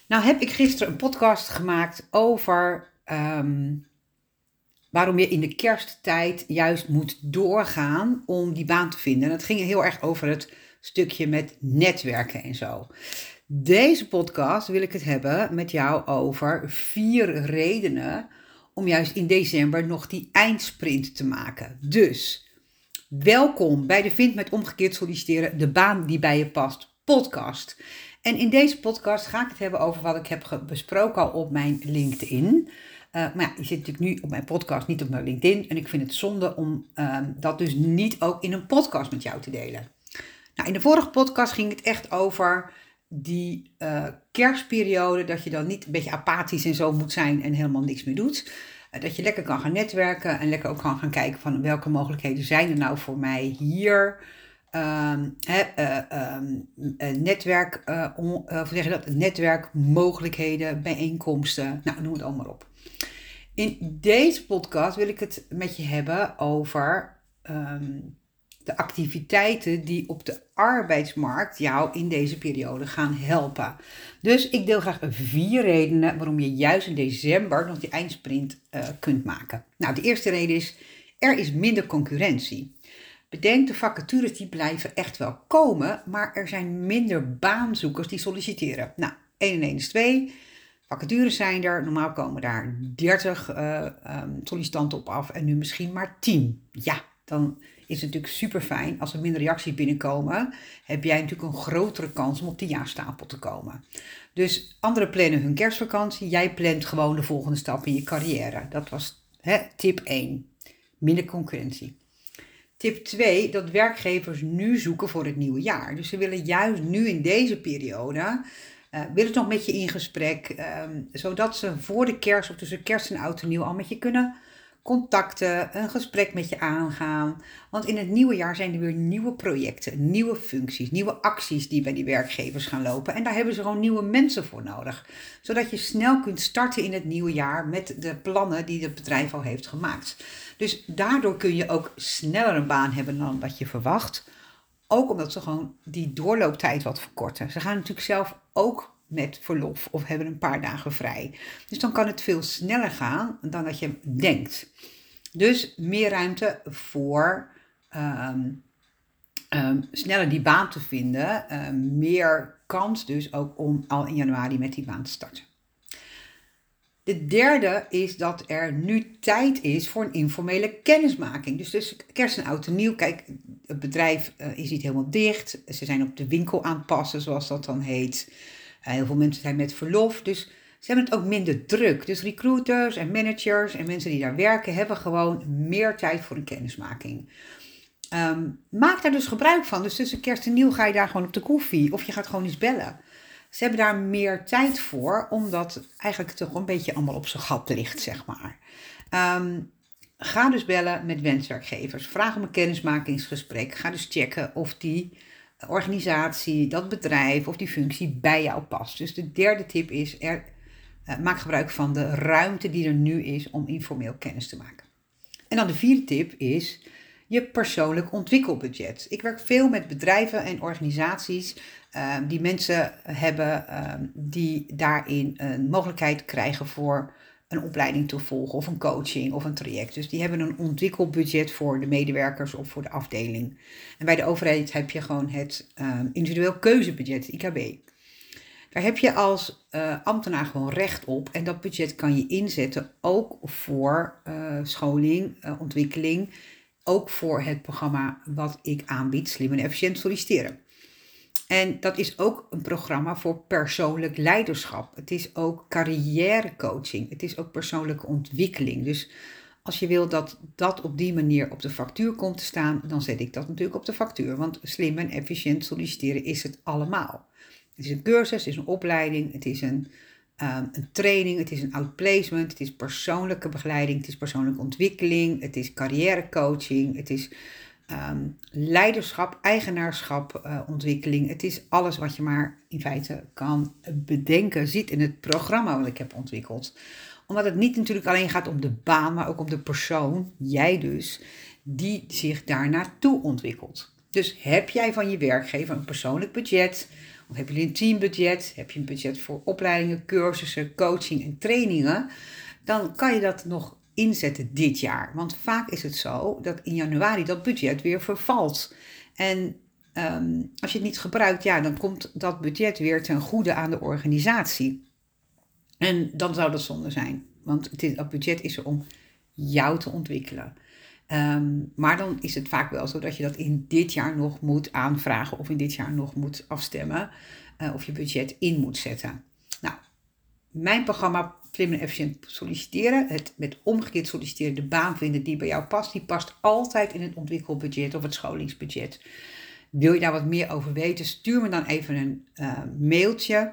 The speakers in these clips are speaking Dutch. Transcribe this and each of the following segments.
Nou heb ik gisteren een podcast gemaakt over waarom je in de kersttijd juist moet doorgaan om die baan te vinden. En het ging heel erg over het stukje met netwerken en zo. Deze podcast wil ik het hebben met jou over 4 redenen om juist in december nog die eindsprint te maken. Dus welkom bij de Vind met omgekeerd solliciteren, de baan die bij je past podcast. En in deze podcast ga ik het hebben over wat ik heb besproken al op mijn LinkedIn. Maar ja, je zit natuurlijk nu op mijn podcast, niet op mijn LinkedIn. En ik vind het zonde om dat dus niet ook in een podcast met jou te delen. Nou, in de vorige podcast ging het echt over die kerstperiode. Dat je dan niet een beetje apathisch en zo moet zijn en helemaal niks meer doet. Dat je lekker kan gaan netwerken en lekker ook kan gaan kijken van welke mogelijkheden zijn er nou voor mij hier. Netwerkmogelijkheden, bijeenkomsten, nou noem het allemaal op. In deze podcast wil ik het met je hebben over de activiteiten die op de arbeidsmarkt jou in deze periode gaan helpen. Dus ik deel graag 4 redenen waarom je juist in december nog die eindsprint kunt maken. Nou, de eerste reden is, er is minder concurrentie. Bedenk, de vacatures die blijven echt wel komen, maar er zijn minder baanzoekers die solliciteren. Nou, 1 en 1 is 2. Vacatures zijn er, normaal komen daar 30 sollicitanten op af en nu misschien maar 10. Ja, dan is het natuurlijk super fijn als er minder reacties binnenkomen. Heb jij natuurlijk een grotere kans om op de ja-stapel te komen. Dus anderen plannen hun kerstvakantie, jij plant gewoon de volgende stap in je carrière. Dat was tip 1. Minder concurrentie. Tip 2, dat werkgevers nu zoeken voor het nieuwe jaar. Dus ze willen juist nu in deze periode, willen nog met je in gesprek, zodat ze voor de kerst of tussen kerst en oud en nieuw al met je kunnen contacten, een gesprek met je aangaan. Want in het nieuwe jaar zijn er weer nieuwe projecten, nieuwe functies, nieuwe acties die bij die werkgevers gaan lopen. En daar hebben ze gewoon nieuwe mensen voor nodig. Zodat je snel kunt starten in het nieuwe jaar met de plannen die het bedrijf al heeft gemaakt. Dus daardoor kun je ook sneller een baan hebben dan wat je verwacht. Ook omdat ze gewoon die doorlooptijd wat verkorten. Ze gaan natuurlijk zelf ook met verlof of hebben een paar dagen vrij. Dus dan kan het veel sneller gaan dan dat je denkt. Dus meer ruimte voor sneller die baan te vinden. Meer kans dus ook om al in januari met die baan te starten. De derde is dat er nu tijd is voor een informele kennismaking. Dus tussen kerst en oud en nieuw. Kijk, het bedrijf is niet helemaal dicht. Ze zijn op de winkel aan het passen, zoals dat dan heet. Heel veel mensen zijn met verlof. Dus ze hebben het ook minder druk. Dus recruiters en managers en mensen die daar werken hebben gewoon meer tijd voor een kennismaking. Maak daar dus gebruik van. Dus tussen kerst en nieuw ga je daar gewoon op de koffie. Of je gaat gewoon eens bellen. Ze hebben daar meer tijd voor, omdat eigenlijk toch een beetje allemaal op zijn gat ligt, zeg maar. Ga dus bellen met wenswerkgevers. Vraag om een kennismakingsgesprek. Ga dus checken of die organisatie, dat bedrijf of die functie bij jou past. Dus de derde tip is, maak gebruik van de ruimte die er nu is om informeel kennis te maken. En dan de vierde tip is je persoonlijk ontwikkelbudget. Ik werk veel met bedrijven en organisaties die mensen hebben die daarin een mogelijkheid krijgen voor een opleiding te volgen of een coaching of een traject. Dus die hebben een ontwikkelbudget voor de medewerkers of voor de afdeling. En bij de overheid heb je gewoon het individueel keuzebudget, IKB. Daar heb je als ambtenaar gewoon recht op en dat budget kan je inzetten ook voor scholing, ontwikkeling. Ook voor het programma wat ik aanbied, Slim en Efficiënt Solliciteren. En dat is ook een programma voor persoonlijk leiderschap. Het is ook carrièrecoaching. Het is ook persoonlijke ontwikkeling. Dus als je wil dat dat op die manier op de factuur komt te staan, dan zet ik dat natuurlijk op de factuur. Want slim en efficiënt solliciteren is het allemaal. Het is een cursus, het is een opleiding, het is een training, het is een outplacement, het is persoonlijke begeleiding, het is persoonlijke ontwikkeling, het is carrièrecoaching, het is leiderschap, eigenaarschap, ontwikkeling. Het is alles wat je maar in feite kan bedenken, ziet in het programma wat ik heb ontwikkeld. Omdat het niet natuurlijk alleen gaat om de baan, maar ook om de persoon, jij dus, die zich daar naartoe ontwikkelt. Dus heb jij van je werkgever een persoonlijk budget Of heb je een teambudget? Heb je een budget voor opleidingen, cursussen, coaching en trainingen? Dan kan je dat nog inzetten dit jaar. Want vaak is het zo dat in januari dat budget weer vervalt. En als je het niet gebruikt, dan komt dat budget weer ten goede aan de organisatie. En dan zou dat zonde zijn. Want dat budget is er om jou te ontwikkelen. Maar dan is het vaak wel zo dat je dat in dit jaar nog moet aanvragen. Of in dit jaar nog moet afstemmen. Of je budget in moet zetten. Nou, mijn programma Slim en Efficiënt Solliciteren. Het met omgekeerd solliciteren de baan vinden die bij jou past. Die past altijd in het ontwikkelbudget of het scholingsbudget. Wil je daar wat meer over weten? Stuur me dan even een mailtje.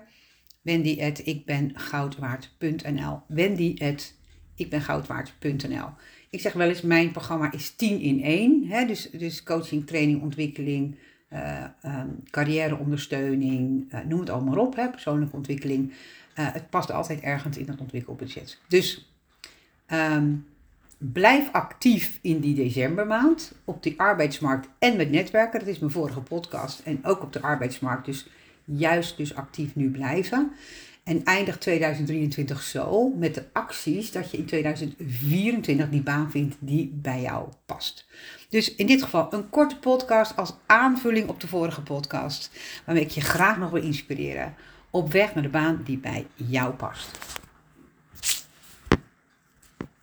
Wendy@ikbengoudwaard.nl Wendy@ikbengoudwaard.nl Ik zeg wel eens, mijn programma is 10 in 1. Hè? Dus coaching, training, ontwikkeling, carrièreondersteuning, noem het allemaal op. Hè? Persoonlijke ontwikkeling. Het past altijd ergens in dat ontwikkelbudget. Dus blijf actief in die decembermaand op de arbeidsmarkt en met netwerken. Dat is mijn vorige podcast. En ook op de arbeidsmarkt. Dus juist actief nu blijven. En eindig 2023 zo met de acties dat je in 2024 die baan vindt die bij jou past. Dus in dit geval een korte podcast als aanvulling op de vorige podcast. Waarmee ik je graag nog wil inspireren op weg naar de baan die bij jou past.